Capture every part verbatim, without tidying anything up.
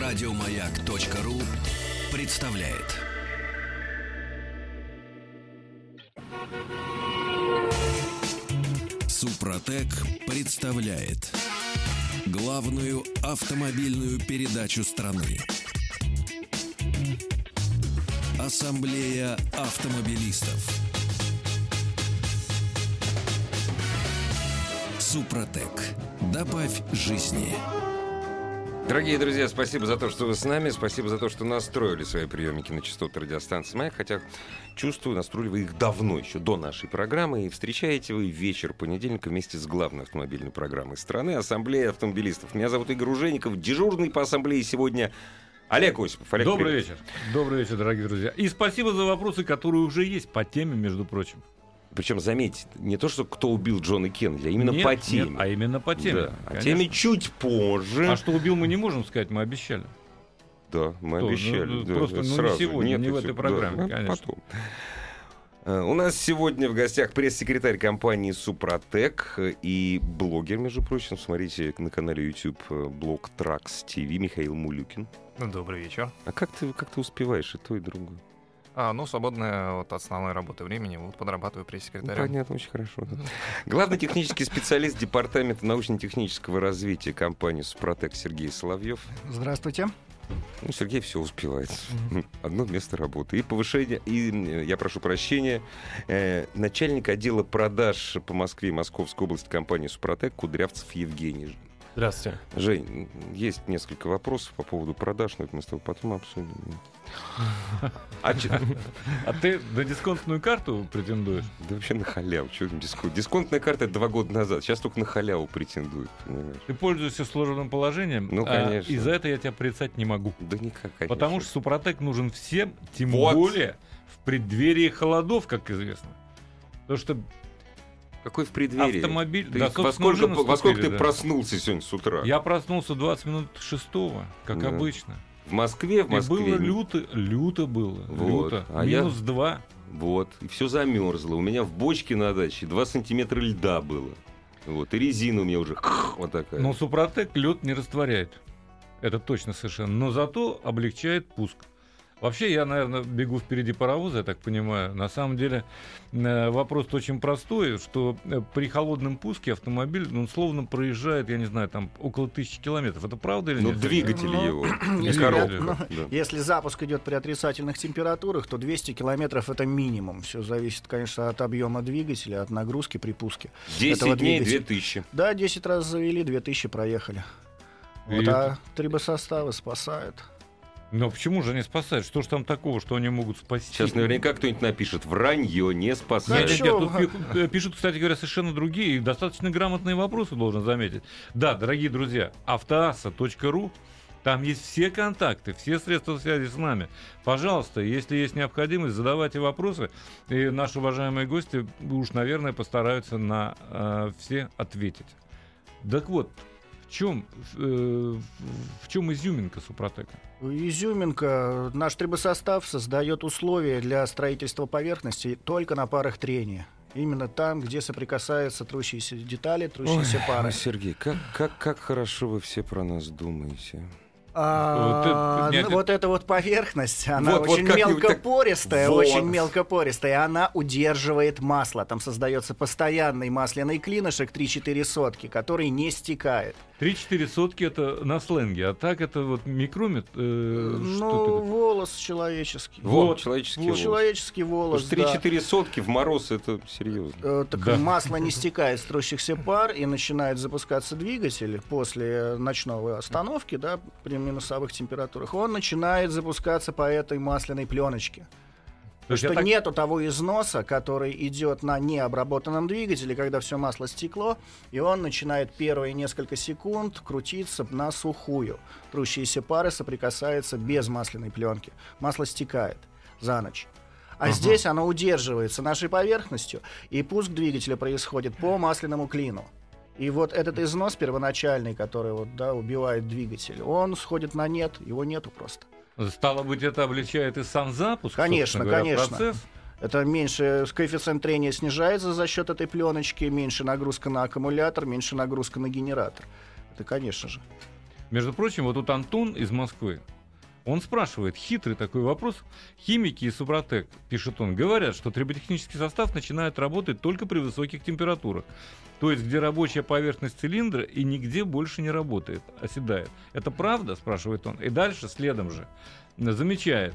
Радиомаяк.ру представляет. Супротек представляет главную автомобильную передачу страны. Ассамблея автомобилистов. Супротек. Добавь жизни. Дорогие друзья, спасибо за то, что вы с нами. Спасибо за то, что настроили свои приемники на частоты радиостанции «Маяк». Хотя, чувствую, настроили вы их давно, еще до нашей программы. И встречаете вы вечер понедельника вместе с главной автомобильной программой страны «Ассамблея автомобилистов». Меня зовут Игорь Ужеников. Дежурный по ассамблее сегодня Олег Осипов. Олег, Добрый привет. вечер. Добрый вечер, дорогие друзья. И спасибо за вопросы, которые уже есть по теме, между прочим. Причем, заметьте, не то, что кто убил Джона Кеннеди, а именно нет, по теме. Нет, а именно по теме. Да. О теме чуть позже. А что убил, мы не можем сказать, мы обещали. Да, мы Что, обещали. ну, да, просто да, ну, сразу. не сегодня, Нет, не в все, этой программе, да, конечно. Потом. У нас сегодня в гостях пресс-секретарь компании «Супротек» и блогер, между прочим. Смотрите на канале YouTube блог Тракс ТВ Михаил Мулюкин. Добрый вечер. А как ты, как ты успеваешь и то, и другое? А, ну, свободное от основной работы времени, вот подрабатываю пресс-секретарем. Ну, понятно, очень хорошо. Да. Главный технический специалист Департамента научно-технического развития компании «Супротек» Сергей Соловьев. Здравствуйте. Ну, Сергей все успевает. Одно место работы. И повышение, и, я прошу прощения, э, начальник отдела продаж по Москве и Московской области компании «Супротек» Кудрявцев Евгений. Здравствуйте. Жень, есть несколько вопросов по поводу продаж, но это мы с тобой потом обсудим. А, а ты на дисконтную карту претендуешь? Да вообще на халяву. Что там дисконт? Дисконтная карта — это два года назад. Сейчас только на халяву претендует. Понимаешь? Ты пользуешься сложным положением, Ну, конечно. А, и за это я тебя порицать не могу. Да никак, конечно. Потому что Супротек нужен всем, тем Вот. более в преддверии холодов, как известно. Потому что какой в преддверии? автомобиль... Ты Да, во собственно, сколько, уже во сколько ты наступили, да. проснулся сегодня с утра? Я проснулся двадцать минут шестого, как Да. обычно. В Москве, в И Москве. было люто, люто было. Вот. Люто. А я- Минус два. Вот. И все замерзло. У меня в бочке на даче два сантиметра льда было. Вот. И резина у меня уже вот такая. Но Супротек лед не растворяет. Это точно совершенно. Но зато облегчает пуск. Вообще, я, наверное, бегу впереди паровоза, я так понимаю. На самом деле, э, вопрос очень простой, что э, при холодном пуске автомобиль, ну, словно проезжает, я не знаю, там, около тысячи километров. Это правда или Ну, нет? двигатель Ну, его. Не если коробка. я- ну, Да. Если запуск идет при отрицательных температурах, то двести километров — это минимум. Все зависит, конечно, от объема двигателя, от нагрузки при пуске. десять этого дней, двигателя. две тысячи. Да, десять раз завели, две тысячи проехали. И Вот, это- а трибосоставы спасают. Но почему же они спасают? Что ж там такого, что они могут спасти? Сейчас наверняка кто-нибудь напишет: вранье, не Нет, спасает. нет, Чё? нет, тут пи- э, пишут, кстати говоря, совершенно другие и достаточно грамотные вопросы, должен заметить. Да, дорогие друзья, автоасса точка ру, там есть все контакты, все средства связи с нами. Пожалуйста, если есть необходимость, задавайте вопросы, и наши уважаемые гости уж, наверное, постараются на э, все ответить. Так вот, в чем, э, в чем изюминка Супротека? Изюминка. Наш трибосостав создает условия для строительства поверхности только на парах трения. Именно там, где соприкасаются трущиеся детали, трущиеся пары. Ой, Сергей, как, как, как хорошо вы все про нас думаете. А, Вот это- ну, вот эта вот поверхность, она Вот, вот очень как-нибудь так- мелкопористая, Вот. очень мелкопористая, она удерживает масло. Там создается постоянный масляный клинышек три-четыре сотки, который не стекает. три-четыре сотки это на сленге, а так это вот микрометр. э, Ну, что волос человеческий. Вот, Вот, человеческий вот. волос. Человеческий волос, Потому что да. три-четыре сотки в мороз — это серьезно. Э, Так Да. масло не стекает с трущихся пар, и начинает запускаться двигатель после ночной остановки, да, при минусовых температурах. Он начинает запускаться по этой масляной пленочке. То есть Что я так- нету того износа, который идет на необработанном двигателе, когда все масло стекло, и он начинает первые несколько секунд крутиться на сухую. Трущиеся пары соприкасаются без масляной пленки. Масло стекает за ночь. А Ага. здесь оно удерживается нашей поверхностью, и пуск двигателя происходит по масляному клину. И вот этот износ первоначальный, который вот, да, убивает двигатель, он сходит на нет, его нету просто. Стало быть, это облегчает и сам запуск. Конечно, собственно говоря, конечно. процесс. Это меньше, коэффициент трения снижается за счет этой пленочки, меньше нагрузка на аккумулятор, меньше нагрузка на генератор. Это, конечно же. Между прочим, вот тут Антон из Москвы, он спрашивает, хитрый такой вопрос. Химики из Супротек, пишет он, говорят, что триботехнический состав начинает работать только при высоких температурах. То есть, где рабочая поверхность цилиндра и нигде больше не работает, оседает. Это правда, спрашивает он. И дальше, следом же, замечает,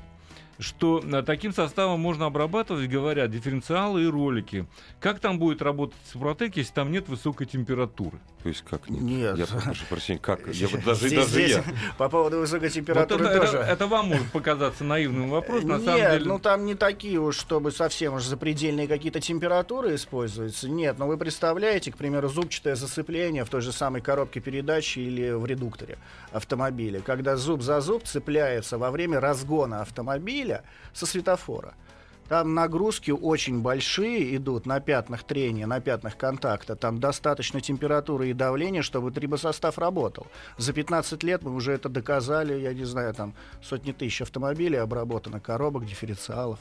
что таким составом можно обрабатывать, говорят, дифференциалы и ролики. Как там будет работать Супротек, если там нет высокой температуры? То есть как нет? Нет. Я прошу прощения, как? Я вот даже, Здесь- даже здесь я. По поводу высокой Вот температуры это, тоже. это- это вам может показаться наивным вопросом, на Нет, самом деле. ну там не такие уж, чтобы совсем уж запредельные какие-то температуры используются. Нет, но вы представляете, к примеру, зубчатое засыпление в той же самой коробке передач или в редукторе автомобиля, когда зуб за зуб цепляется во время разгона автомобиля со светофора. Там нагрузки очень большие идут на пятнах трения, на пятнах контакта. Там достаточно температуры и давления, чтобы трибосостав работал. За пятнадцать лет мы уже это доказали. Я не знаю, там сотни тысяч автомобилей обработано, коробок, дифференциалов.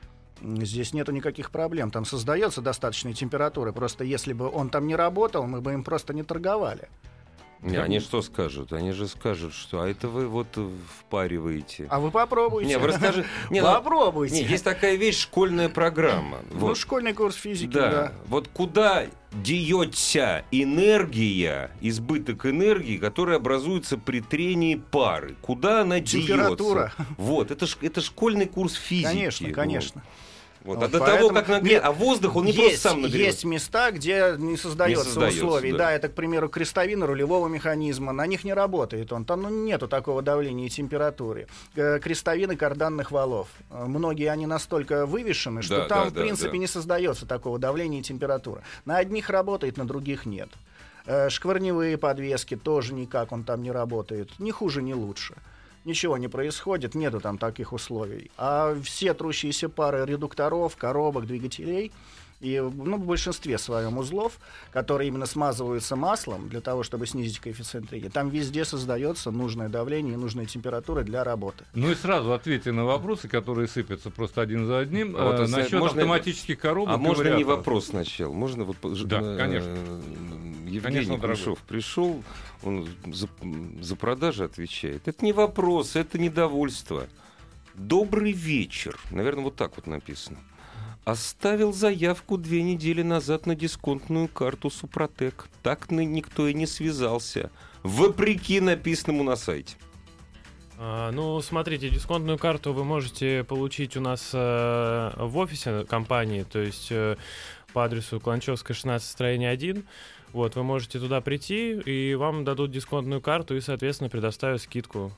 Здесь нету никаких проблем. Там создается достаточная температура. Просто если бы он там не работал, мы бы им просто не торговали. Не, они что скажут? Они же скажут, что а это вы вот впариваете. А вы попробуйте. Не, вы расскажи. Не, ну, Попробуйте. не, есть такая вещь, школьная программа. Ну, Вот. школьный курс физики, Да. да. Вот куда деется энергия, избыток энергии, которая образуется при трении пары? Куда она деется? Температура. Вот, это, ж- это школьный курс физики. Конечно, Вот. конечно. Вот. Вот А до поэтому- того, как нагрет, Нет, а воздух, он не есть, просто сам нагревается. есть места, где не создается, Не создается, условий. да. Да. это, к примеру, крестовина рулевого механизма. На них не работает он. Там ну, нету такого давления и температуры. Э, Крестовины карданных валов. Э, Многие они настолько вывешены, что Да, там, да, в да, принципе, да. не создается такого давления и температуры. На одних работает, на других нет. Э, Шкварневые подвески тоже никак он там не работает. Ни хуже, ни лучше. Ничего не происходит, нету там таких условий. А все трущиеся пары редукторов, коробок, двигателей и ну, в большинстве своем узлов, которые именно смазываются маслом для того, чтобы снизить коэффициент трения, там везде создается нужное давление и нужная температура для работы. Ну и сразу ответьте на вопросы, которые сыпятся просто один за одним. А вот, э, а насчет можно- автоматических коробок. А и можно не вариаторов. вопрос сначала? Можно вот по- Да, э, конечно. Евгений Конечно, дорогой. Кулешов пришел, он за, за продажи отвечает. Это не вопрос, это недовольство. Добрый вечер. Наверное, вот так вот написано. Оставил заявку две недели назад на дисконтную карту Супротек. Так на- никто и не связался. Вопреки написанному на сайте. А, ну, смотрите, дисконтную карту вы можете получить у нас э, в офисе компании, то есть э, по адресу Кланчевская, шестнадцать, строение один. Вот, вы можете туда прийти, и вам дадут дисконтную карту и, соответственно, предоставят скидку.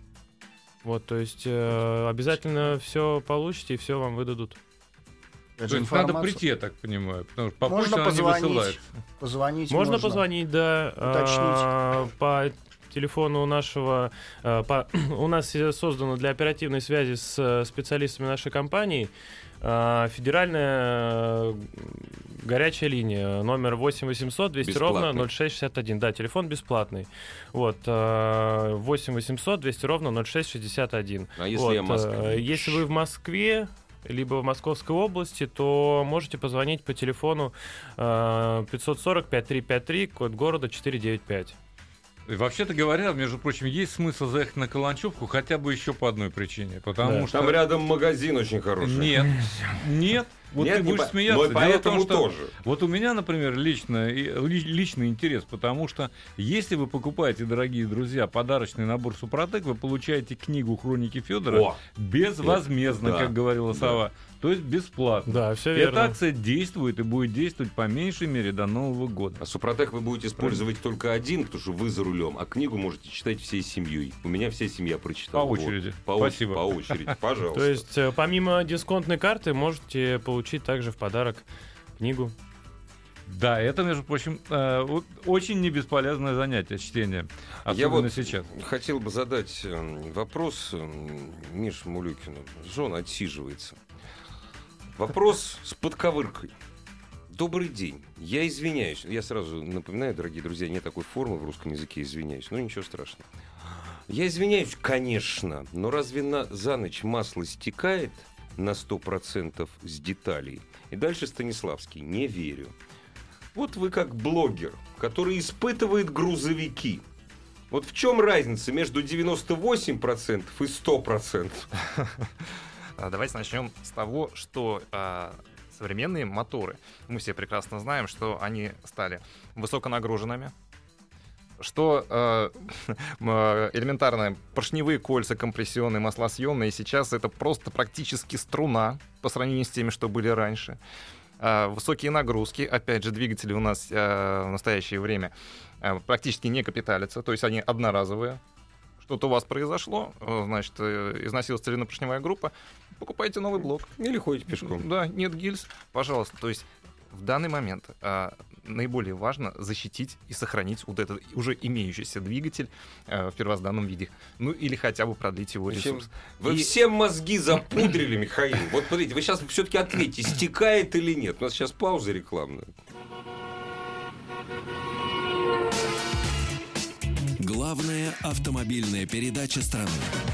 Вот, то есть э, обязательно все получите и все вам выдадут. Опять То же, есть надо информацию прийти, я так понимаю, потому что по Можно почте она не позвонить. высылается. Позвонить Можно, можно. позвонить, да, уточнить. а, по телефону нашего... а, по- у нас создано для оперативной связи с э, специалистами нашей компании а, федеральная э, горячая линия, номер восемь восемьсот двести ровно Бесплатный. ноль шесть шестьдесят один. Да, телефон бесплатный. Вот, а, восемь восемьсот двести ровно ноль шесть шестьдесят один. А если Вот, я Москвич? э, Если вы в Москве, либо в Московской области, то можете позвонить по телефону э, пятьсот сорок пятьдесят три пятьдесят три, код города четыреста девяносто пять. И вообще-то говоря, между прочим, есть смысл заехать на Каланчевку хотя бы еще по одной причине. Потому Да. что... Там рядом магазин очень хороший. Нет, нет. Вот Нет, ты не будешь по- смеяться. но Дело в поэтому том, что тоже. Вот у меня, например, лично, и- ли- личный интерес, потому что если вы покупаете, дорогие друзья, подарочный набор Супротек, вы получаете книгу «Хроники Федора» О! безвозмездно, Да. как говорила Да. сова, то есть бесплатно. Да, все Эта верно. акция действует и будет действовать по меньшей мере до Нового года. А Супротек вы будете использовать только один, потому что вы за рулем, а книгу можете читать всей семьей. У меня вся семья прочитала. По Вот. очереди. По, оч- Спасибо. по очереди, пожалуйста. То есть, э, помимо дисконтной карты, можете получить также в подарок книгу. Да, это, между прочим, э, вот очень не бесполезное занятие чтение, особенно Я вот сейчас. хотел бы задать э, вопрос э, Мише Мулюкину. Жена отсиживается. Вопрос с подковыркой. Добрый день. Я извиняюсь. Я сразу напоминаю, дорогие друзья, нет такой формы в русском языке «извиняюсь». Ну, ничего страшного. Я извиняюсь, конечно, но разве на, за ночь масло стекает на сто процентов с деталей? И дальше Станиславский. Не верю. Вот вы как блогер, который испытывает грузовики. Вот в чем разница между девяносто восемь процентов и сто процентов? Давайте начнем с того, что а, современные моторы, мы все прекрасно знаем, что они стали высоконагруженными, что э, элементарно поршневые кольца, компрессионные, маслосъемные, сейчас это просто практически струна по сравнению с теми, что были раньше. Э, высокие нагрузки, опять же, двигатели у нас э, в настоящее время э, практически не капиталятся, то есть они одноразовые. Что-то у вас произошло, значит, износилась цилиндропоршневая группа, покупайте новый блок. Или ходите пешком. Да, нет гильз, пожалуйста. То есть в данный момент а, наиболее важно защитить и сохранить вот этот уже имеющийся двигатель а, в первозданном виде. Ну или хотя бы продлить его ресурс. Вы и... все мозги запудрили, Михаил. Вот смотрите, вы сейчас все-таки ответьте, стекает или нет. У нас сейчас пауза рекламная. Главная автомобильная передача страны.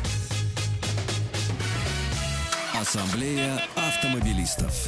Ассамблея автомобилистов.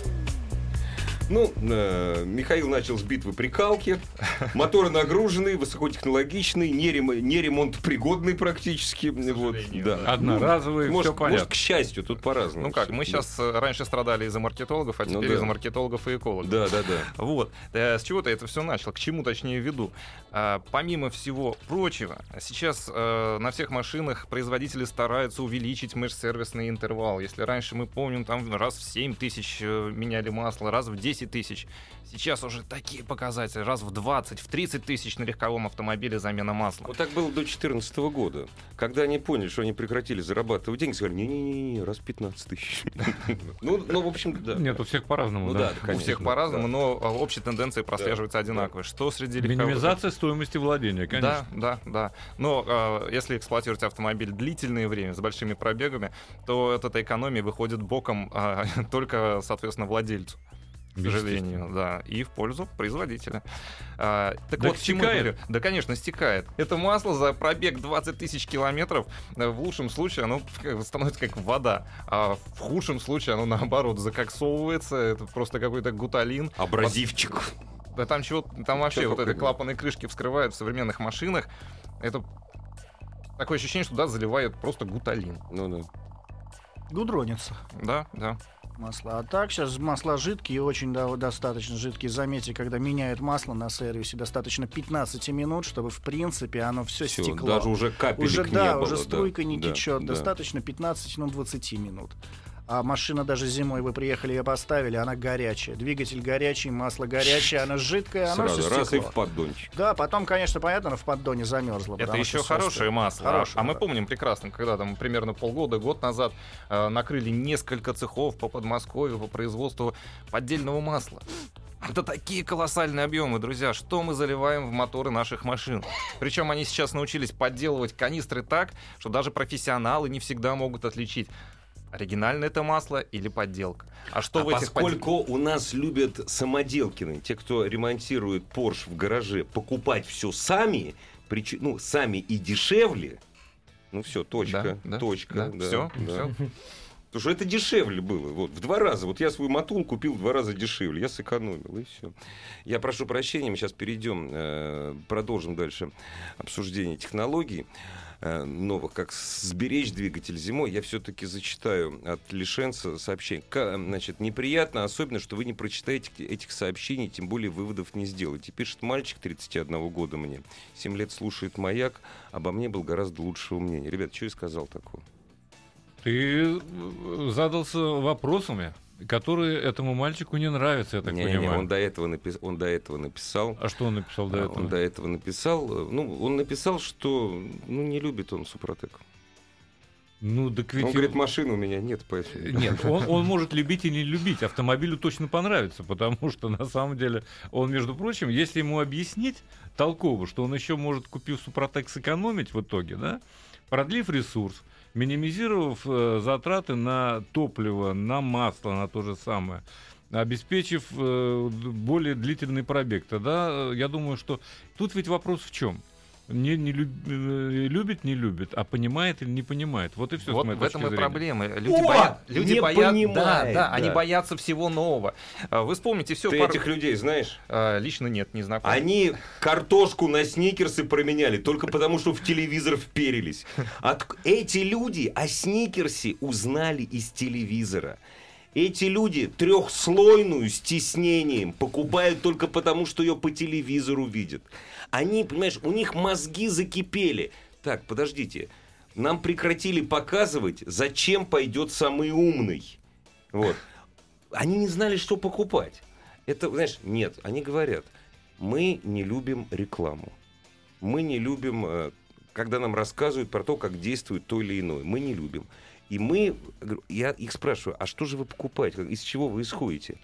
Ну, э, Михаил начал с битвы при Калке. Моторы нагруженные, высокотехнологичные, не, рем, не ремонтопригодные практически. Вот, да. Одноразовые, ну, все может, понятно. может, к счастью, тут по-разному. Ну как, все. мы да. сейчас раньше страдали из-за маркетологов, а теперь ну, да. из-за маркетологов и экологов. Да, да, да. Вот. С чего-то это все начало, к чему точнее веду. А, помимо всего прочего, сейчас а, на всех машинах производители стараются увеличить межсервисный интервал. Если раньше мы помним, там раз в семь тысяч меняли масло, раз в десять тысяч. Сейчас уже такие показатели, раз в двадцать, в тридцать тысяч на легковом автомобиле замена масла. Вот так было до две тысячи четырнадцатого года. Когда они поняли, что они прекратили зарабатывать деньги, сказали, не-не-не, раз пятнадцать тысяч. Ну, в общем, да. Нет, у всех по-разному, Ну да. да, У всех по-разному, но общая тенденция прослеживается одинаковая. Что среди легковых... Минимизация стоимости владения, конечно. Да, да, да. Но э, если эксплуатировать автомобиль длительное время, с большими пробегами, то от этой экономии выходит боком э, только, соответственно, владельцу. К сожалению, да, и в пользу производителя. А, так Да вот, к чему я говорю? Да, конечно, стекает. Это масло за пробег двадцать тысяч километров, в лучшем случае оно становится как вода, а в худшем случае оно, наоборот, закоксовывается, это просто какой-то гуталин. Абразивчик. Да там чего, там вообще Чё вот такое? эти клапаны крышки вскрывают в современных машинах. Это такое ощущение, что туда заливают просто гуталин. Ну да. Гудронится. Да, да. Масла. А так сейчас масла жидкие, очень да, достаточно жидкие. Заметьте, когда меняют масло на сервисе, достаточно пятнадцать минут, чтобы в принципе оно все Всё, стекло. даже уже капелек уже, не да, было. уже струйка да, не да, течет. да. Достаточно пятнадцать, ну, двадцать минут. А машина даже зимой вы приехали и поставили, она горячая. Двигатель горячий, масло горячее, она жидкая, оно Сразу все раз и стекло. в поддончик. Да, потом, конечно, понятно, оно в поддоне замерзло. Это потому еще что хорошее состав- масло. Хорошее, а мы да. помним прекрасно, когда там примерно полгода, год назад э, накрыли несколько цехов по Подмосковью по производству поддельного масла. Это такие колоссальные объемы, друзья. Что мы заливаем в моторы наших машин? Причем они сейчас научились подделывать канистры так, что даже профессионалы не всегда могут отличить, оригинальное это масло или подделка. А что А в этих поскольку у нас любят самоделкины, те, кто ремонтирует Porsche в гараже, покупать все сами, причем, ну, сами и дешевле, ну все, точка, Да, да, точка. да, да, всё, да. всё. Потому что это дешевле было, вот, в два раза. Вот я свой мотун купил в два раза дешевле, я сэкономил, и все. Я прошу прощения, мы сейчас перейдем, э, продолжим дальше обсуждение технологий э, новых, как сберечь двигатель зимой. Я все-таки зачитаю от Лишенца сообщение. К, значит, неприятно, особенно, что вы не прочитаете этих сообщений, тем более выводов не сделаете. Пишет мальчик тридцати одного года мне, семь лет слушает «Маяк», обо мне был гораздо лучшего мнения. Ребят, что я сказал такого? Ты задался вопросами, которые этому мальчику не нравятся, я так Не, не, понимаю. он до этого напис... он до этого написал. А что он написал до А, этого? Он до этого написал. Ну, он написал, что ну, не любит он Супротек. Ну, так ведь... Он говорит, машины у меня нет, поэтому. Нет, он, он может любить и не любить. Автомобилю точно понравится, потому что на самом деле он, между прочим, если ему объяснить толково, что он еще может, купив Супротек, сэкономить в итоге, да, продлив ресурс, минимизировав э, затраты на топливо, на масло, на то же самое, обеспечив э, более длительный пробег, тогда э, я думаю, что тут ведь вопрос в чем? Не, не люб- э, любит, не любит, а понимает или не понимает. Вот и все. Вот с моей в точки этом и зрения. проблема. Люди, О, боя- люди не боятся, понимает, да, да, да. они боятся всего нового. А, Вы вспомните все. Ты этих людей знаешь? Лично нет, не знаком. Они картошку на сникерсы променяли только потому, что в телевизор вперились. От... Эти люди о сникерсе узнали из телевизора. Эти люди трехслойную с тиснением покупают только потому, что ее по телевизору видят. Они, понимаешь, у них мозги закипели. Так, подождите. Нам прекратили показывать, зачем пойдет самый умный. Вот. Они не знали, что покупать. Это, знаешь, нет, они говорят, мы не любим рекламу. Мы не любим, э, когда нам рассказывают про то, как действует то или иное. Мы не любим. И мы, я их спрашиваю, а что же вы покупаете, из чего вы исходите?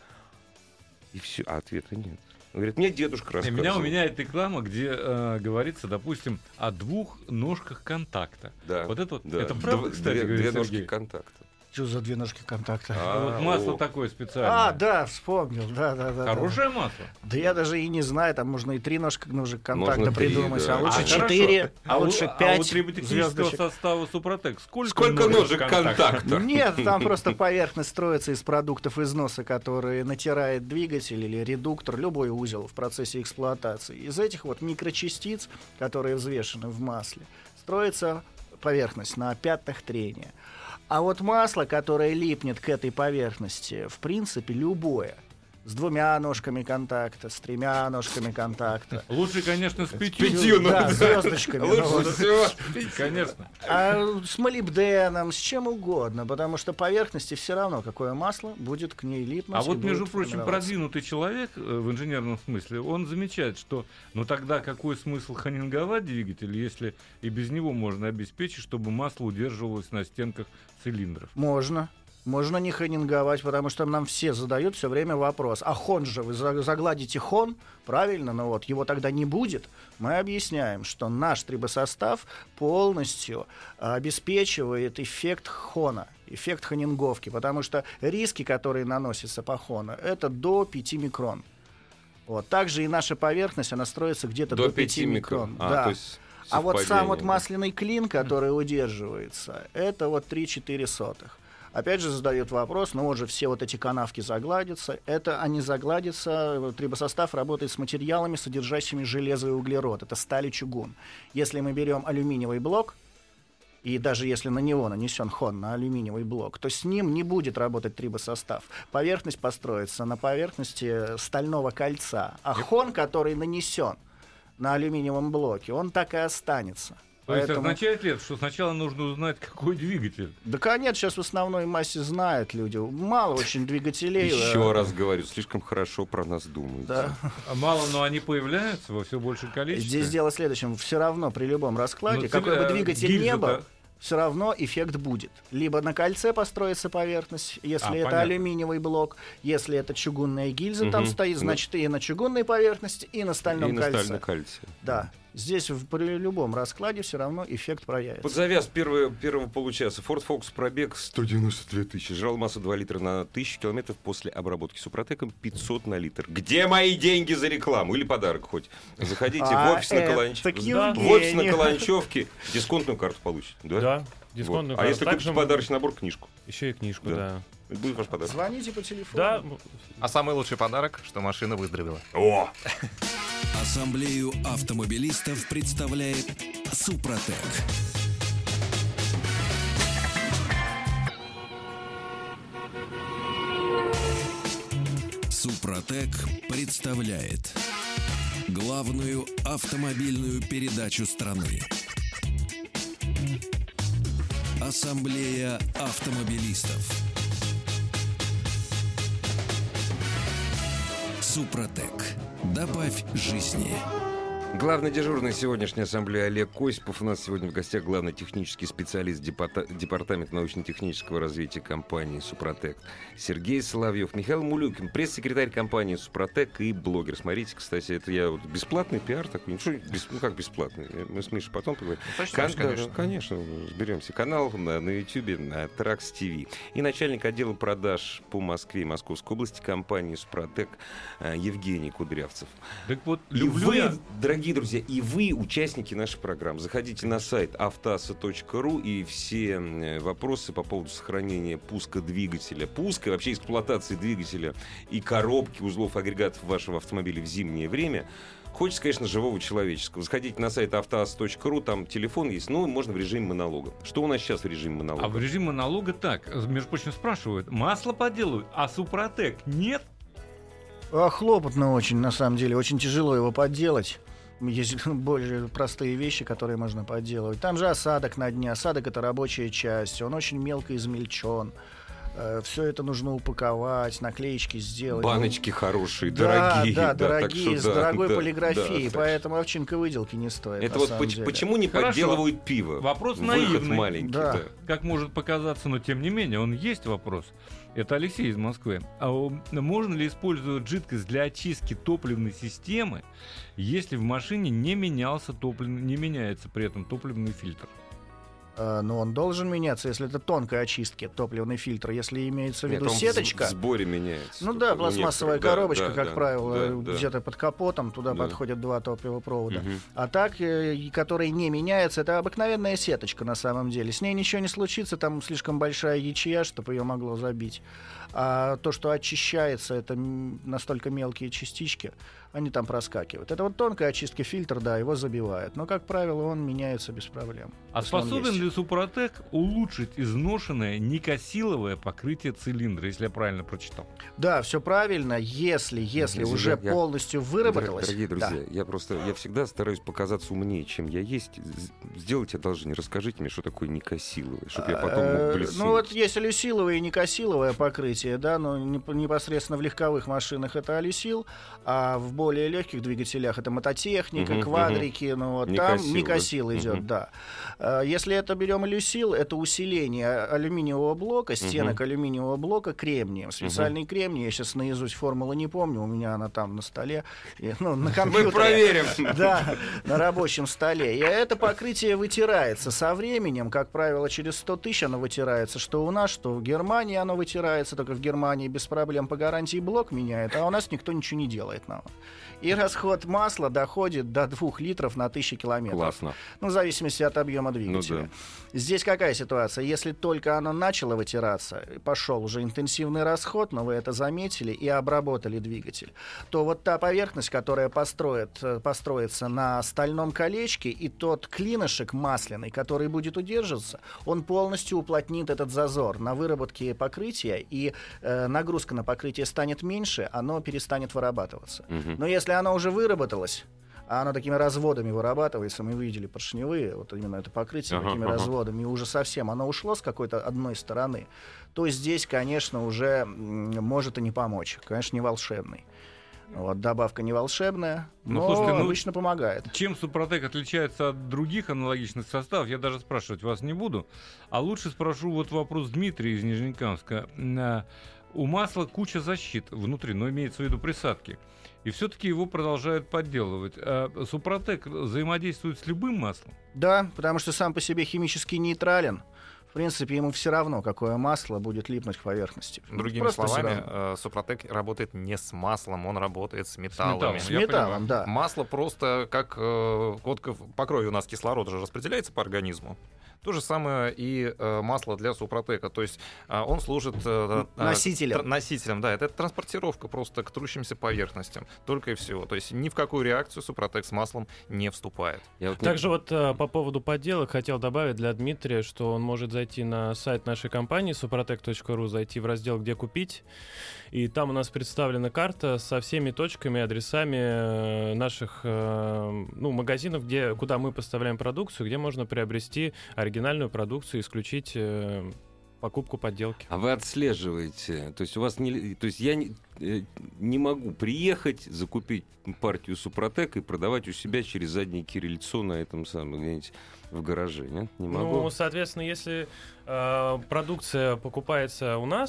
И все, а ответа нет. Он говорит, мне дедушка рассказывал. Меня уменяет реклама, где э, говорится, допустим, о двух ножках контакта. Да, Вот это вот, да. это правда, Дв- кстати, две, говорит две Сергей? ножки контакта. Что за две ножки контакта? А, Вот масло о. такое специальное. А, да, вспомнил, да, да, да. Хорошее масло. Да я даже и не знаю, там можно и три ножка ножек контакта Можно три, придумать, да. а лучше А, четыре, а, А, лучше у, а пять у триботехнического звездочек. состава Супротек сколько, Сколько ножек контакта? контакта? Нет, там просто поверхность строится из продуктов износа, которые натирает двигатель или редуктор, любой узел в процессе эксплуатации. Из этих вот микрочастиц, которые взвешены в масле, строится поверхность на пятнах трения. А вот масло, которое липнет к этой поверхности, в принципе, любое. С двумя ножками контакта, с тремя ножками контакта. Лучше, конечно, с пятью. пятью, ну, Да, да. звездочками. ну, Лучше вот. всего. Конечно. А с молибденом, с чем угодно, потому что поверхности все равно, какое масло будет к ней липнуть. А и вот, будет между прочим, формироваться. продвинутый человек э, в инженерном смысле, он замечает, что ну тогда какой смысл ханинговать двигатель, если и без него можно обеспечить, чтобы масло удерживалось на стенках цилиндров. Можно. Можно не ханинговать, потому что нам все задают все время вопрос. А хон же, вы за- загладите хон, правильно, но вот его тогда не будет. Мы объясняем, что наш трибосостав полностью обеспечивает эффект хона, эффект ханинговки, потому что риски, которые наносятся по хону, это до пяти микрон. Вот. Также и наша поверхность, она строится где-то до, До пяти микрон. А, да. то есть А вот сам совпадение, вот да. масляный клин, который удерживается, это вот три-четыре сотых. Опять же задают вопрос, ну вот же все вот эти канавки загладятся. Это они загладятся, трибосостав работает с материалами, содержащими железо и углерод. Это сталь и чугун. Если мы берем алюминиевый блок, и даже если на него нанесен хон, на алюминиевый блок, то с ним не будет работать трибосостав. Поверхность построится на поверхности стального кольца. А хон, который нанесен на алюминиевом блоке, он так и останется. То есть Поэтому- означает ли это, что сначала нужно узнать, какой двигатель? Да, конечно, сейчас в основной массе знают люди. Мало очень двигателей. Еще э, раз говорю, слишком хорошо про нас думают. Да. А мало, но они появляются во все большем количестве. Здесь дело в следующем. Все равно при любом раскладе, Ну, какой бы э, двигатель не гильза-то- был, все равно эффект будет. Либо на кольце построится поверхность, если А, это понятно. алюминиевый блок, если это чугунная гильза там Мгм. стоит, Ну. значит и на чугунной поверхности, и на стальном И на кольце. стальном кольце. Да. Здесь в- при любом раскладе все равно эффект проявится. Под завяз первого, первого получаса Ford Focus пробег сто девяносто две тысячи. Жрал массу два литра на тысячу километров после обработки Супротеком пятьсот на литр. Где мои деньги за рекламу? Или подарок хоть. Заходите А в офис на это Каланч... к в офис на Евгению. Каланчевке. Дисконтную карту получите. Да? Да, Вот. дисконтную А карту. если Также купите подарочный набор, книжку. Еще и книжку, Да. да. Это будет ваш подарок. Звоните по телефону. Да, А самый лучший подарок, что машина выздоровела. О! Ассамблею автомобилистов представляет Супротек. Супротек представляет главную автомобильную передачу страны. Ассамблея автомобилистов. Супротек. Добавь жизни. Главный дежурный сегодняшней ассамблеи Олег Осипов. У нас сегодня в гостях главный технический специалист департа- Департамента научно-технического развития компании «Супротек» Сергей Соловьев. Михаил Мулюкин, пресс-секретарь компании «Супротек» и блогер. Смотрите, кстати, это я вот бесплатный пиар такой. Ну, что, бес- ну как бесплатный? Мы с Мишей потом поговорим. Точно, Кон- конечно. да, конечно, разберемся. Канал на, на YouTube, на Тракс ТВ. И начальник отдела продаж по Москве и Московской области компании «Супротек» э, Евгений Кудрявцев. Так вот, И люблю вы, я... дорогие Дорогие друзья, и вы участники нашей программы. Заходите на сайт автоаса точка ру, и все вопросы по поводу сохранения пуска двигателя, пуска и вообще эксплуатации двигателя и коробки, узлов, агрегатов вашего автомобиля в зимнее время. Хочется, конечно, живого человеческого. Заходите на сайт автоаса точка ру, там телефон есть, но можно в режиме монолога. Что у нас сейчас в режиме монолога? А в режиме монолога так, между прочим, спрашивают, масло подделывают, а Супротек нет? А, хлопотно очень, на самом деле. Очень тяжело его подделать. Есть более простые вещи, которые можно подделывать. Там же осадок на дне. Осадок — это рабочая часть. Он очень мелко измельчен. Все это нужно упаковать, наклеечки сделать. Баночки хорошие, да, дорогие. Да, да, дорогие, что, с да, дорогой да, полиграфией. да, поэтому овчинка выделки не стоит. Это вот поч- почему не Хорошо. подделывают пиво? Вопрос Выход наивный. маленький. Да. Да. Как может показаться, но тем не менее, он есть вопрос. Это Алексей из Москвы. А можно ли использовать жидкость для очистки топливной системы, если в машине не менялся топливный, не меняется при этом топливный фильтр? Но он должен меняться, если это тонкой очистки, топливный фильтр. Если имеется в виду Нет, он сеточка... в сборе меняется. Ну да, пластмассовая некоторых, коробочка, да, как да, правило, да, да. где-то под капотом, туда Да. подходят два топливопровода. Мгм. А так, э, которая не меняется, это обыкновенная сеточка на самом деле. С ней ничего не случится, там слишком большая ячея, чтобы ее могло забить. А то, что очищается, это м, настолько мелкие частички, они там проскакивают. Это вот тонкая очистка, фильтр, да, его забивает. Но, как правило, он меняется без проблем. А если он способен есть. ли Супротек улучшить изношенное никосиловое покрытие цилиндра, если я правильно прочитал? Да, все правильно, если, если Извините, уже я- полностью выработалось. Дорогие друзья, да. я просто, я всегда стараюсь показаться умнее, чем я есть. З- Сделайте одолжение, расскажите мне, что такое никосиловое, чтобы я потом мог Э, блеснуть. Ну вот есть алюсиловое и никосиловое покрытие, да, но неп- непосредственно в легковых машинах это алюсил, а в более легких двигателях это мототехника, Мгм, квадрики, ну вот там Никосил, никосил да? идет, Мгм. да. Э, Если это берем алюсил, это усиление алюминиевого блока, стенок Мгм. алюминиевого блока кремнием. Специальный кремний, я сейчас наизусть формулу не помню, у меня она там на столе, и, ну, на компьютере. Мы проверим. Да, на рабочем столе. И это покрытие вытирается со временем. Как правило, через сто тысяч оно вытирается. Что у нас, что в Германии оно вытирается. Только в Германии без проблем по гарантии блок меняет. А у нас никто ничего не делает нам. И расход масла доходит до двух литров на тысячу километров. Классно. Ну, в зависимости от объема двигателя. Ну Здесь какая ситуация? Если только оно начало вытираться, пошел уже интенсивный расход, но вы это заметили и обработали двигатель, то вот та поверхность, которая построит, э, построится на стальном колечке, и тот клинышек масляный, который будет удерживаться, он полностью уплотнит этот зазор на выработке покрытия, и э, нагрузка на покрытие станет меньше, оно перестанет вырабатываться. Мгм. Но если оно уже выработалось, а оно такими разводами вырабатывается, мы видели поршневые, вот именно это покрытие Ага, такими ага. разводами, и уже совсем оно ушло с какой-то одной стороны, то здесь, конечно, уже м, может и не помочь. Конечно, не волшебный. Вот, добавка не волшебная, Ну, но слушайте, ну, обычно помогает. Чем Супротек отличается от других аналогичных составов, я даже спрашивать вас не буду. А лучше спрошу вот вопрос Дмитрия из Нижнекамска. А, У масла куча защит внутри, но имеется в виду присадки. И все-таки его продолжают подделывать. А Супротек взаимодействует с любым маслом? Да, потому что сам по себе химически нейтрален. В принципе, ему все равно, какое масло будет липнуть к поверхности. Другими Просто всё словами, равно. э, Супротек работает не с маслом, он работает с металлами. металлом. С я металлом, да. Масло просто как э, вот к- по крови у нас кислород же распределяется по организму. То же самое и э, масло для Супротека. То есть э, он служит э, э, Носителем. тр- носителем, да. Это транспортировка просто к трущимся поверхностям. Только и всего. То есть ни в какую реакцию Супротек с маслом не вступает. Я вот не- Также вот э, по поводу подделок хотел добавить для Дмитрия, что он может зайти на сайт нашей компании супротек точка ру, зайти в раздел «Где купить», и там у нас представлена карта со всеми точками, адресами э, наших э, ну, магазинов, где, куда мы поставляем продукцию, где можно приобрести оригинальную продукцию, исключить э, покупку подделки. А вы отслеживаете, то есть у вас не, то есть я не, э, не могу приехать, закупить партию Супротека и продавать у себя через заднее кириллицо на этом самом где-нибудь в гараже, нет? Не могу. Ну, соответственно, если э, продукция покупается у нас,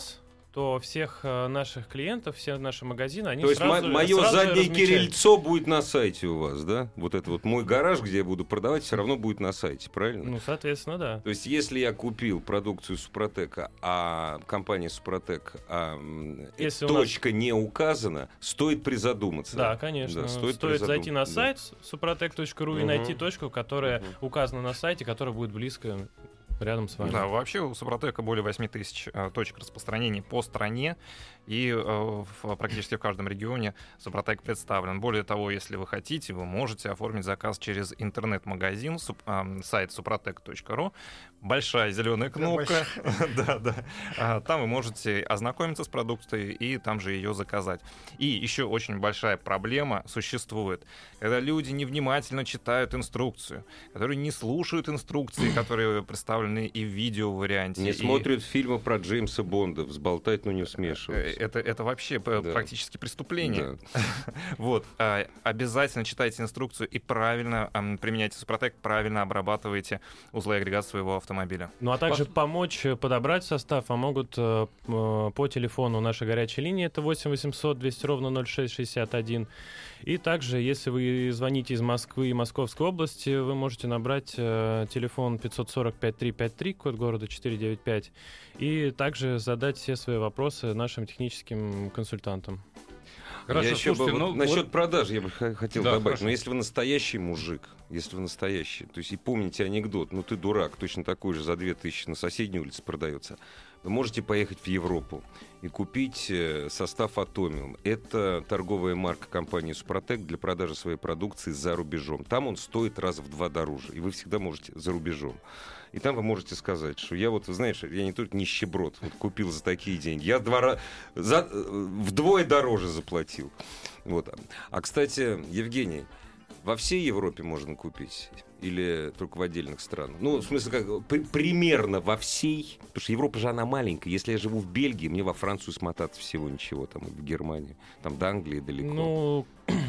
то всех э, наших клиентов, все наши магазины, они То есть сразу, мо- мое сразу заднее размечают. крыльцо будет на сайте у вас, да? Вот это вот мой гараж, где я буду продавать, все равно будет на сайте, правильно? Ну, соответственно, да. То есть, если я купил продукцию Супротека, а компания Супротек, а м, Если у нас- точка не указана, стоит призадуматься. Да, конечно. Да, стоит стоит зайти на призадум- сайт супротек точка ру и Мгм. найти точку, которая Мгм. указана на сайте, которая будет близко рядом с вами. Да, вообще у Супротека более восемь тысяч э, точек распространения по стране, и э, в, практически в каждом регионе Супротек представлен. Более того, если вы хотите, вы можете оформить заказ через интернет-магазин, суп, э, сайт супротек точка ру. Большая зеленая кнопка. Да, да. А, Там вы можете ознакомиться с продукцией и там же ее заказать. И еще очень большая проблема существует, когда люди невнимательно читают инструкцию, которые не слушают инструкции, которые представлены и в видео-варианте. Не и- смотрят фильмы про Джеймса Бонда, взболтать, но не Э, смешивать. Это, это вообще п- Да. практически преступление. Да. Вот. а, Обязательно читайте инструкцию и правильно ам, применяйте Супротек, правильно обрабатывайте узлы и агрегат своего автомобиля. Ну а также помочь э, подобрать состав вам могут э, м, по телефону нашей горячей линии, это восемь восемьсот двести ровно ноль шесть шестьдесят один. И также, если вы звоните из Москвы и Московской области, вы можете набрать э, телефон пятьсот сорок пять триста пятьдесят три, код города четыреста девяносто пять, и также задать все свои вопросы нашим техническим консультантам. Хорошо, я еще слушайте, бы, ну, вот насчет вот- продажи я бы х- хотел Да, добавить. хорошо. Но если вы настоящий мужик, если вы настоящий, то есть и помните анекдот, ну ты дурак, точно такой же за две тысячи на соседней улице продается, вы можете поехать в Европу и купить э, состав Атомиум. Это торговая марка компании Супротек для продажи своей продукции за рубежом. Там он стоит раза в два дороже, и вы всегда можете за рубежом. И там вы можете сказать, что я вот, знаешь, я не только нищеброд, вот купил за такие деньги, я два, ра- за, э, вдвое дороже заплатил. Вот. А, кстати, Евгений, во всей Европе можно купить? Или только в отдельных странах? Ну, в смысле, как, при- примерно во всей. Потому что Европа же она маленькая. Если я живу в Бельгии, мне во Францию смотаться всего ничего, там, и в Германию. Там до Англии далеко. Ну,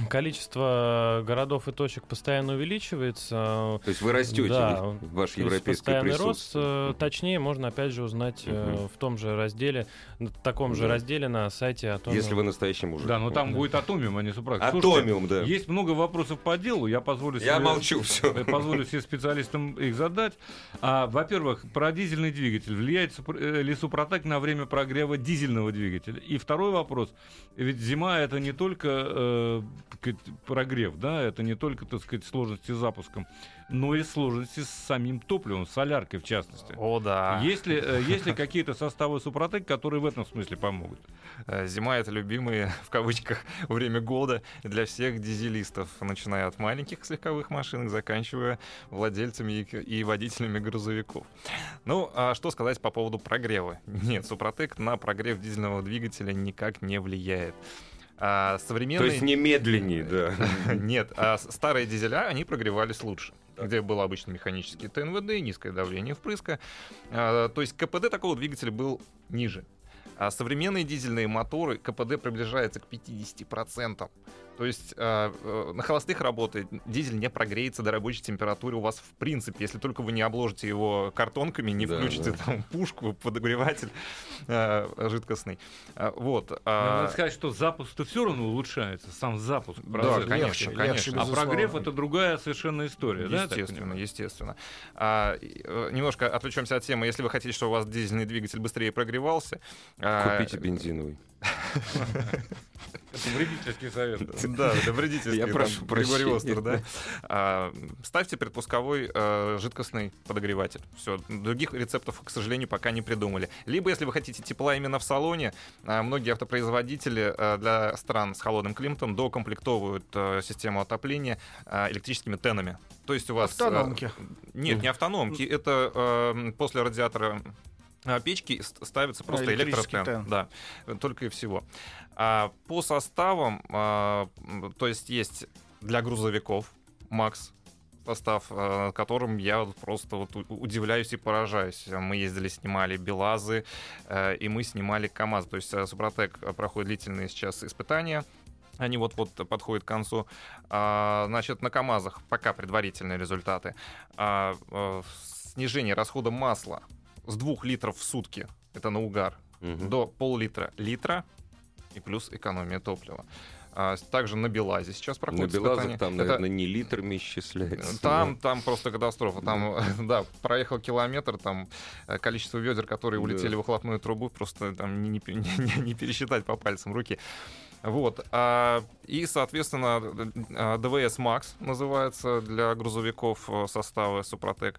количество городов и точек постоянно увеличивается. То есть вы растете, Да, ваше То есть европейское постоянный рост, присутствие. э, Мгм. точнее, можно опять же узнать э, Мгм. в том же разделе, на таком же Да. разделе на сайте Атомиум. Если вы настоящий мужик. Да, но там Да. будет Атомиум, а не Супротек. Слушайте, Атомиум, да. есть много вопросов по делу, я позволю Я себе... молчу, все. Я позволю себе специалистам их задать. А, во-первых, про дизельный двигатель. Влияет супр- э, ли Супротек на время прогрева дизельного двигателя? И второй вопрос. Ведь зима — это не только э, так сказать, прогрев, да, это не только, так сказать, сложности с запуском, но и сложности с самим топливом, с соляркой в частности. О, да. Есть ли, э, есть ли какие-то составы Супротек, которые в этом смысле помогут? Э, Зима — это любимое, в кавычках, время года для всех дизелистов, начиная от маленьких легковых машин, заканчивая владельцами и, и водителями грузовиков. Ну, а что сказать по поводу прогрева? Нет, Супротек на прогрев дизельного двигателя никак не влияет. А То современные... есть не медленнее, да. Нет, а с- старые дизеля, они прогревались лучше. Где был обычно механический ТНВД, низкое давление впрыска. А, То есть КПД такого двигателя был ниже. А современные дизельные моторы КПД приближается к пятидесяти процентам. То есть э, э, на холостых работает, дизель не прогреется до рабочей температуры у вас в принципе, если только вы не обложите его картонками, не Да, включите да. там пушку, подогреватель э, жидкостный. А, вот. Но а, Надо сказать, что запуск-то все равно улучшается, сам запуск. Да, процесса. конечно, легче, конечно. легче, А безусловно. прогрев — это другая совершенно история, да? я так Естественно, понимаю? естественно. А, и, э, немножко отвлечемся от темы. Если вы хотите, чтобы у вас дизельный двигатель быстрее прогревался, а, Купите бензиновый. Это вредительский совет. Да, это вредительский. Я там, прошу Григорий прощения. Остер, да. А, ставьте предпусковой э, жидкостный подогреватель. Все, других рецептов, к сожалению, пока не придумали. Либо, если вы хотите тепла именно в салоне, а, многие автопроизводители э, для стран с холодным климатом докомплектовывают э, систему отопления э, электрическими тенами. То есть у вас... э, Автономки. Нет, не автономки. Это э, после радиатора э, печки с- ставится просто А, электрический электротен. тен. Да, э, только и всего. А по составам, а, м, то есть есть для грузовиков Макс состав, а, которым я вот просто вот у- удивляюсь и поражаюсь. Мы ездили, снимали БелАЗы, э, и мы снимали КАМАЗ. То есть э, Супротек э, проходит длительные сейчас испытания. Они вот-вот подходят к концу. А, значит, на КАМАЗах пока предварительные результаты. А, э, снижение расхода масла с двух литров в сутки, это на угар, Мгм. до пол-литра, литра и плюс экономия топлива. А, также на БелАЗе сейчас На проходит БелАЗах испытание. там, Это- наверное, не литрами исчисляется. Там, там просто катастрофа. Там, да, проехал километр, там э, количество ведер, которые Да. улетели в выхлопную трубу, просто там не, не пе- не- не пересчитать по пальцам руки. Вот. а, И, соответственно, э, ДВС Макс называется для грузовиков э, состава Супротек.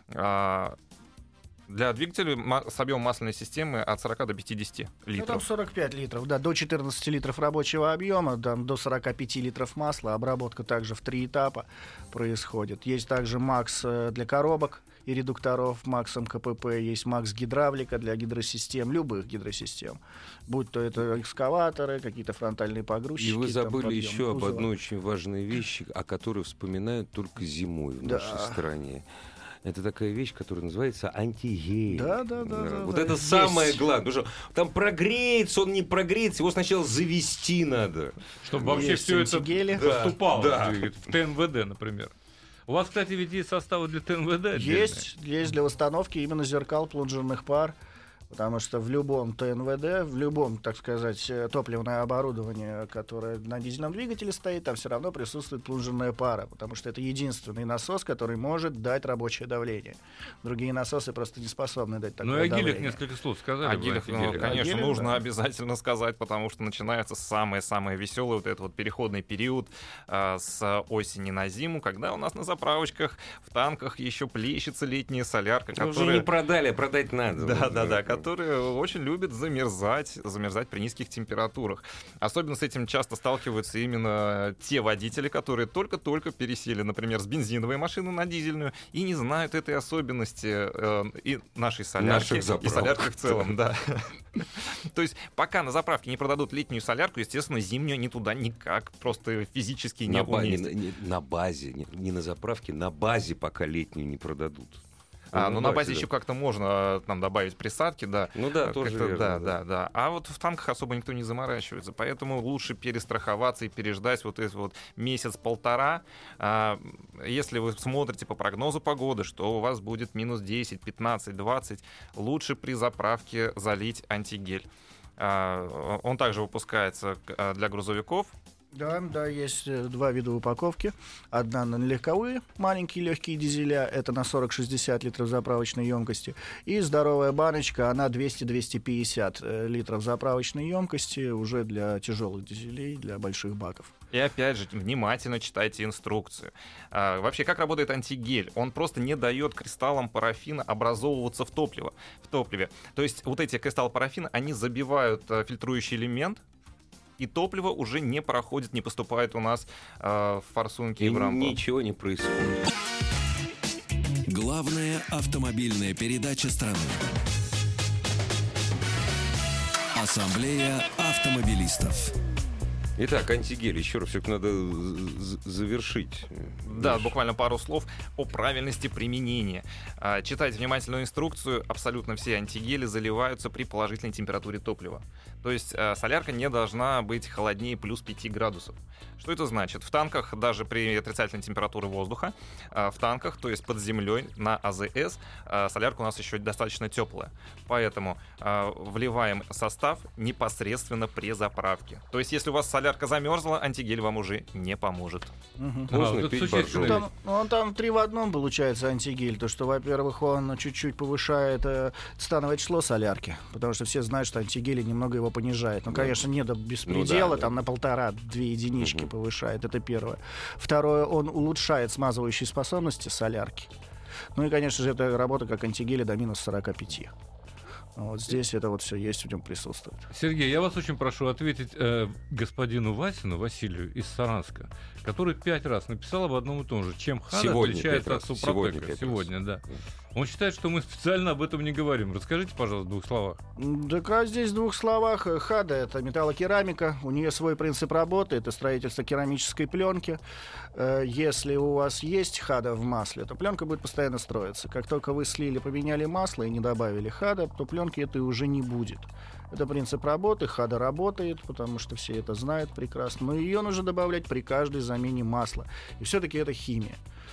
А, Для двигателей ма- с объемом масляной системы от сорока до пятидесяти Ну, там литров. сорок пять литров, да, до четырнадцати литров рабочего объема, там до сорока пяти литров масла. Обработка также в три этапа происходит. Есть также Макс э, для коробок и редукторов, Макс МКПП, есть Макс гидравлика для гидросистем, любых гидросистем. Будь то это экскаваторы, какие-то фронтальные погрузчики. И вы там, забыли подъем еще об кузова. одной очень важной вещи, о которой вспоминают только зимой в Да. нашей стране. Это такая вещь, которая называется антигель. Да, да, да, да, Вот да. это Есть. самое главное. Потому что там прогреется, он не прогреется, его сначала завести надо. Чтобы вообще Есть все это антигели. поступало Да. в двигатель, в ТНВД, например. У вас, кстати, ведь есть составы для ТНВД отдельные. Есть, есть для установки именно зеркал плунжерных пар, потому что в любом ТНВД, в любом, так сказать, э, топливное оборудование, которое на дизельном двигателе стоит, там все равно присутствует плунжерная пара, потому что это единственный насос, который может дать рабочее давление. Другие насосы просто не способны дать такое Ну и о гелях давление. несколько слов сказали. О вы, гелях, ну, антигели. конечно, О гелях, нужно да. обязательно сказать, потому что начинается самое-самое веселое вот этот вот переходный период а, с осени на зиму, когда у нас на заправочках, в танках еще плещется летняя солярка, Ну, уже которая... не продали, а продать надо. Да, да, да, которые очень любят замерзать, замерзать при низких температурах. Особенно с этим часто сталкиваются именно те водители, которые только-только пересели, например, с бензиновой машины на дизельную и не знают этой особенности э, и нашей солярки, Наших и заправок. солярки в целом, да. То есть пока на заправке не продадут летнюю солярку, естественно, зимнюю они туда никак просто физически не На, ба- не- уместят. не- на базе, не, не на заправке, на базе пока летнюю не продадут. А, ну, на базе да. еще как-то можно там добавить присадки, да. Ну да, Как-то тоже да, верно, да, да. А вот в танках особо никто не заморачивается, поэтому лучше перестраховаться и переждать вот этот вот месяц-полтора. А, если вы смотрите по прогнозу погоды, что у вас будет минус десять, пятнадцать, двадцать, лучше при заправке залить антигель. А, он также выпускается а, для грузовиков. Да, да, есть э, два вида упаковки. Одна на легковые, маленькие легкие дизеля, это на сорок-шестьдесят литров заправочной емкости. И здоровая баночка, она двести-двести пятьдесят э, литров заправочной емкости, уже для тяжелых дизелей, для больших баков. И опять же, внимательно читайте инструкцию. А, вообще, как работает антигель? Он просто не дает кристаллам парафина образовываться в топливо, в топливе. То есть вот эти кристаллы парафина, они забивают а, фильтрующий элемент, и топливо уже не проходит, не поступает у нас э, в форсунки и, И в рампу. ничего не происходит. Главная автомобильная передача страны. Ассамблея автомобилистов. Итак, антигель. Еще раз все-таки надо з- завершить. Да, наш- буквально пару слов о правильности применения. А, читайте внимательную инструкцию. Абсолютно все антигели заливаются при положительной температуре топлива. То есть а, солярка не должна быть холоднее плюс пяти градусов. Что это значит? В танках, даже при отрицательной температуре воздуха, а, в танках, то есть под землей на АЗС, а, солярка у нас еще достаточно теплая. Поэтому а, вливаем состав непосредственно при заправке. То есть если у вас солярка замерзла, антигель вам уже не поможет. Мгм. А, Можно вот это пить существенная боржоми. вещь. Там, он там три в одном получается антигель. То, что, во-первых, он чуть-чуть повышает э, становое число солярки, потому что все знают, что антигели немного его понижает. Ну, конечно, не до беспредела, Ну да, там да. на полтора-две единички Мгм. повышает. Это первое. Второе, он улучшает смазывающие способности солярки. Ну и, конечно же, это работа как антигели до минус сорока пяти. Вот здесь это вот все есть, в нем присутствует. Сергей, я вас очень прошу ответить э, господину Васину, Василию из Саранска, который пять раз написал об одном и том же. Чем ХАДА Сегодня отличается пять от раз. Супротека? Сегодня пять Сегодня, раз. да. Он считает, что мы специально об этом не говорим. Расскажите, пожалуйста, в двух словах. М, Так а здесь в двух словах. э, ХАДА — это металлокерамика. У нее свой принцип работы. Это строительство керамической пленки. Э, Если у вас есть ХАДА в масле, то пленка будет постоянно строиться. Как только вы слили, поменяли масло и не добавили ХАДА, то пленки этой уже не будет. Это принцип работы. ХАДА работает, потому что все это знают прекрасно. Но ее нужно добавлять при каждой замене масла. И все-таки это химия.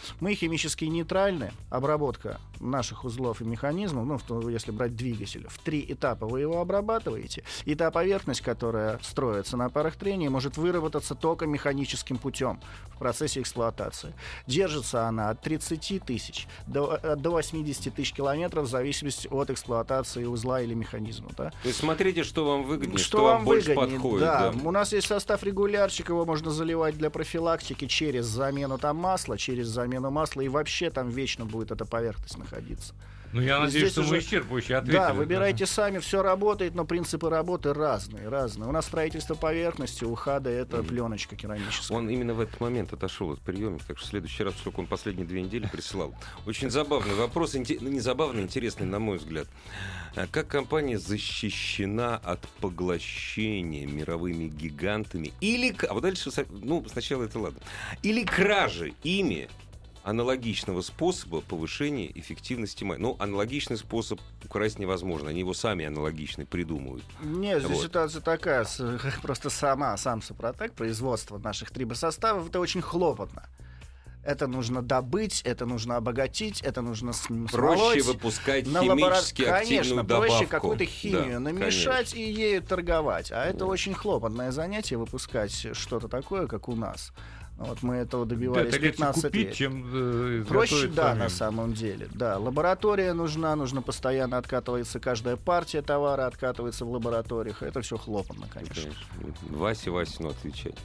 Мы химически нейтральны. Обработка наших узлов и механизмов, ну, в, если брать двигатель, в три этапа вы его обрабатываете, и та поверхность, которая строится на парах трения, может выработаться только механическим путем в процессе эксплуатации. Держится она от тридцати тысяч до, до восьмидесяти тысяч километров в зависимости от эксплуатации узла или механизма. Да? То есть смотрите, что вам выгоднее, что, Что вам вам больше выгоднее, подходит. да. Да. У нас есть состав регулярчик, его можно заливать для профилактики через замену там масла, через замену масла, и вообще там вечно будет эта поверхность находиться. Ну, я И надеюсь, здесь что уже- мы исчерпывающе ответили. Да, выбирайте сами, все работает, но принципы работы разные, разные. У нас строительство поверхности, у ХАДа это пленочка керамическая. Он именно в этот момент отошел от приемника, так что в следующий раз, поскольку он последние две недели присылал. Очень забавный вопрос, инте- ну, не забавный, интересный, на мой взгляд. А Как компания защищена от поглощения мировыми гигантами или, к- а вот дальше, со- ну, сначала это ладно, или кражи ими аналогичного способа повышения эффективности май. Ну, аналогичный способ украсть невозможно. Они его сами аналогичный придумывают. Нет, здесь Вот. ситуация такая, с- просто сама, сам Супротек, производство наших трибосоставов, это очень хлопотно. Это нужно добыть, это нужно обогатить, это нужно см- Проще смолоть. выпускать На лабора- химически активную Конечно, добавку. проще какую-то химию Да, намешать конечно. и ею торговать. А это Да. очень хлопотное занятие выпускать что-то такое, как у нас. Вот мы этого Да, добивались это легче пятнадцать купить, лет. чем э, Проще, изготовить да, самим. на самом деле. Да, лаборатория нужна, нужно постоянно откатывается каждая партия товара, откатывается в лабораториях. Это все хлопотно, конечно. Конечно. Вася Васину отвечать.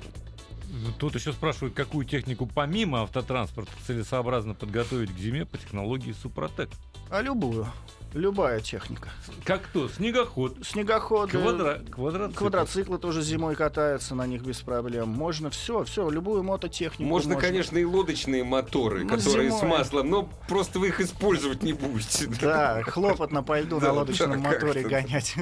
Тут еще спрашивают, какую технику помимо автотранспорта целесообразно подготовить к зиме по технологии Супротек. А любую, любая техника. Как то? Снегоход, Снегоходы, квадра... квадроцикл. квадроциклы тоже зимой катаются на них без проблем. Можно все, все, любую мототехнику. Можно, конечно, и лодочные моторы, Ну, которые с зимой. маслом, но просто вы их использовать не будете. Да, хлопотно по льду Да, на лодочном да, моторе как-то. гонять.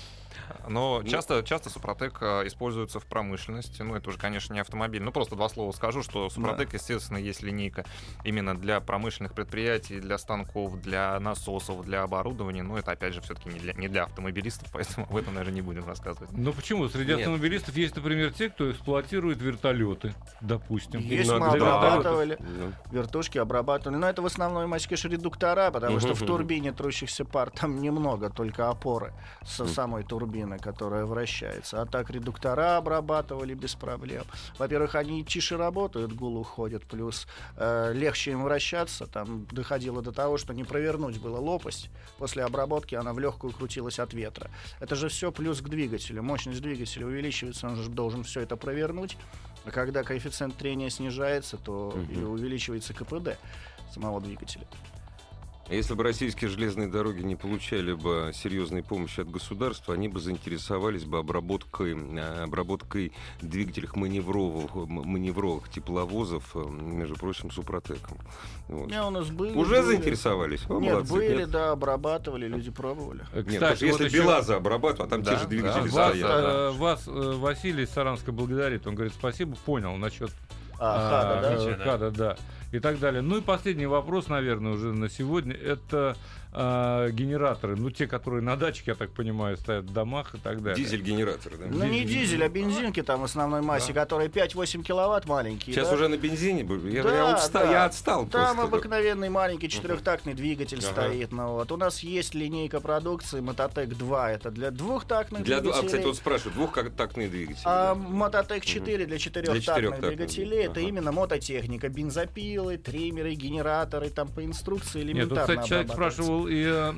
Но часто, часто Супротек а, используется в промышленности. Ну, это уже, конечно, не автомобиль. Ну, просто два слова скажу, что Супротек, естественно, есть линейка именно для промышленных предприятий, для станков, для насосов, для оборудования. Но это, опять же, все-таки не для, не для автомобилистов, поэтому об этом, наверное, не будем рассказывать. Ну почему? Среди Нет. автомобилистов есть, например, те, кто эксплуатирует вертолеты, допустим. Есть, надо мы для обрабатывали. Ну, Вертушки обрабатывали. Но это в основном, мать, редуктора, потому что в Мгм. турбине трущихся пар там немного, только опоры со самой турбины, которая вращается. А так редуктора обрабатывали без проблем. Во-первых, они тише работают, гул уходит, плюс э, легче им вращаться. Там доходило до того, что не провернуть было лопасть. После обработки она в легкую крутилась от ветра. Это же все плюс к двигателю. Мощность двигателя увеличивается, он же должен все это провернуть. А когда коэффициент трения снижается, то Мгм. и увеличивается КПД самого двигателя. Если бы российские железные дороги не получали бы серьезной помощи от государства, они бы заинтересовались бы обработкой, э, обработкой двигателей маневровых, м- маневровых тепловозов, э, между прочим, Супротеком. Вот. Не, у нас были. Уже были. заинтересовались? О, Нет, молодцы, были, нет? да, обрабатывали, люди пробовали. Э, Нет, потому что если вот еще- БелАЗа обрабатывают, а там Да, те же да, двигатели вас, стоят. э, вас э, Василий из Саранска благодарит. Он говорит, спасибо, понял насчет А, ХАДа, да? э, ХАДа, да. И так далее. Ну и последний вопрос, наверное, уже на сегодня. Это э, генераторы. Ну, те, которые на дачах, я так понимаю, стоят в домах и так далее. Дизель-генераторы, да? Ну не дизель, а бензинки там в основной массе, которые пять-восемь киловатт маленькие. Сейчас да? уже на бензине были. Я, Да, я отстал, да. я отстал Там просто. обыкновенный маленький четырехтактный двигатель Ага. стоит. Ну, вот. У нас есть линейка продукции Мототек два. Это для двухтактных Для, двигателей. а, кстати, вот спрашивают, двухтактные двигатели. А да. Мототек четыре для четырехтактных четырехтактных, двигателей это ага. именно мототехника. Бензопилы, триммеры, генераторы, там по инструкции Нет, элементарно тут, кстати, человек обрабатывается. спрашивал и о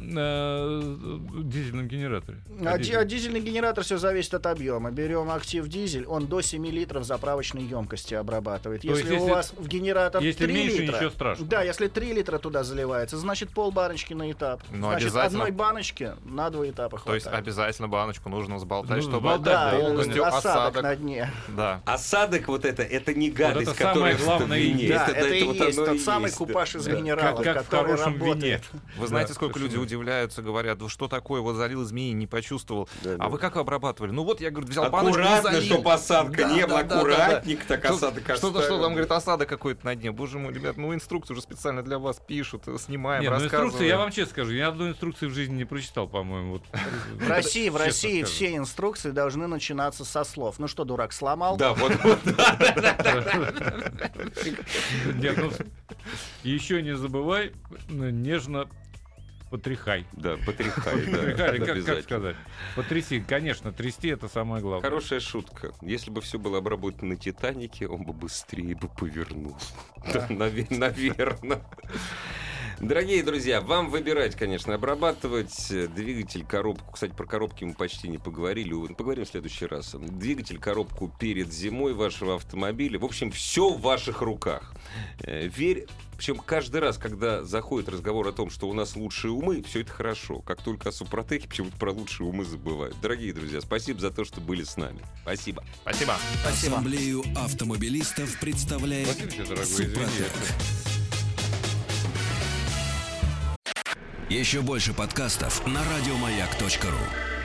э, дизельном генераторе. А, О ди- а дизельный генератор все зависит от объема. Берем актив дизель, он до семи литров заправочной емкости обрабатывает. То Если, есть, у если- вас в генератор если три меньше, литра, ничего страшного. Да, если три литра туда заливается, значит пол баночки на этап. Но значит, обязательно- одной баночки на два этапа То есть хватает. обязательно баночку нужно взболтать, Ну, чтобы взболтать, Да, полностью осадок, осадок. на дне. Да. Осадок вот это, это не гадость, это самое которая в главное вине. и есть. Да, это, и вот есть оно тот и самый есть. купаж из Да. минералов, Как- как в который хорошем работает. вине. Вы знаете, знаете, сколько люди совершенно. удивляются, говорят, «Да что такое, вот залил змеи, не почувствовал». Да, А да. вы как обрабатывали? Ну вот я, говорю, взял баночку и Аккуратно, залил. чтобы осадка Да, не да, было, да, да, да. аккуратненько так Что- осадок Что-то, что оставил. там, говорит, осадок какой-то на дне. Боже мой, ребят, ну инструкцию уже специально для вас пишут, снимаем, Не, ну инструкции, рассказываем. я вам честно скажу, я одной инструкции в жизни не прочитал, по-моему. Вот. В России, в Честно России скажу. все инструкции должны начинаться со слов. Ну что, дурак, сломал? Да, вот, вот. Нет, ну, еще не забывай, ну, нежно потряхай. Да, потряхай. да, Потряхай, или как, как обязательно. сказать? Потряси, конечно, трясти это самое главное. Хорошая шутка. Если бы все было обработано на «Титанике», он бы быстрее бы повернул. Да, наве- Наверно. Дорогие друзья, вам выбирать, конечно, обрабатывать э, двигатель, коробку. Кстати, про коробки мы почти не поговорили. Увы, поговорим в следующий раз. Двигатель, коробку перед зимой вашего автомобиля. В общем, все в ваших руках. Э, Верь. Причем каждый раз, когда заходит разговор о том, что у нас лучшие умы, все это хорошо. Как только о Супротеке, почему-то про лучшие умы забывают. Дорогие друзья, спасибо за то, что были с нами. Спасибо. Спасибо. Спасибо. Ассамблею автомобилистов представляет Спасибо тебе, дорогой, извини. Супротек. Еще больше подкастов на радиомаяк точка ру.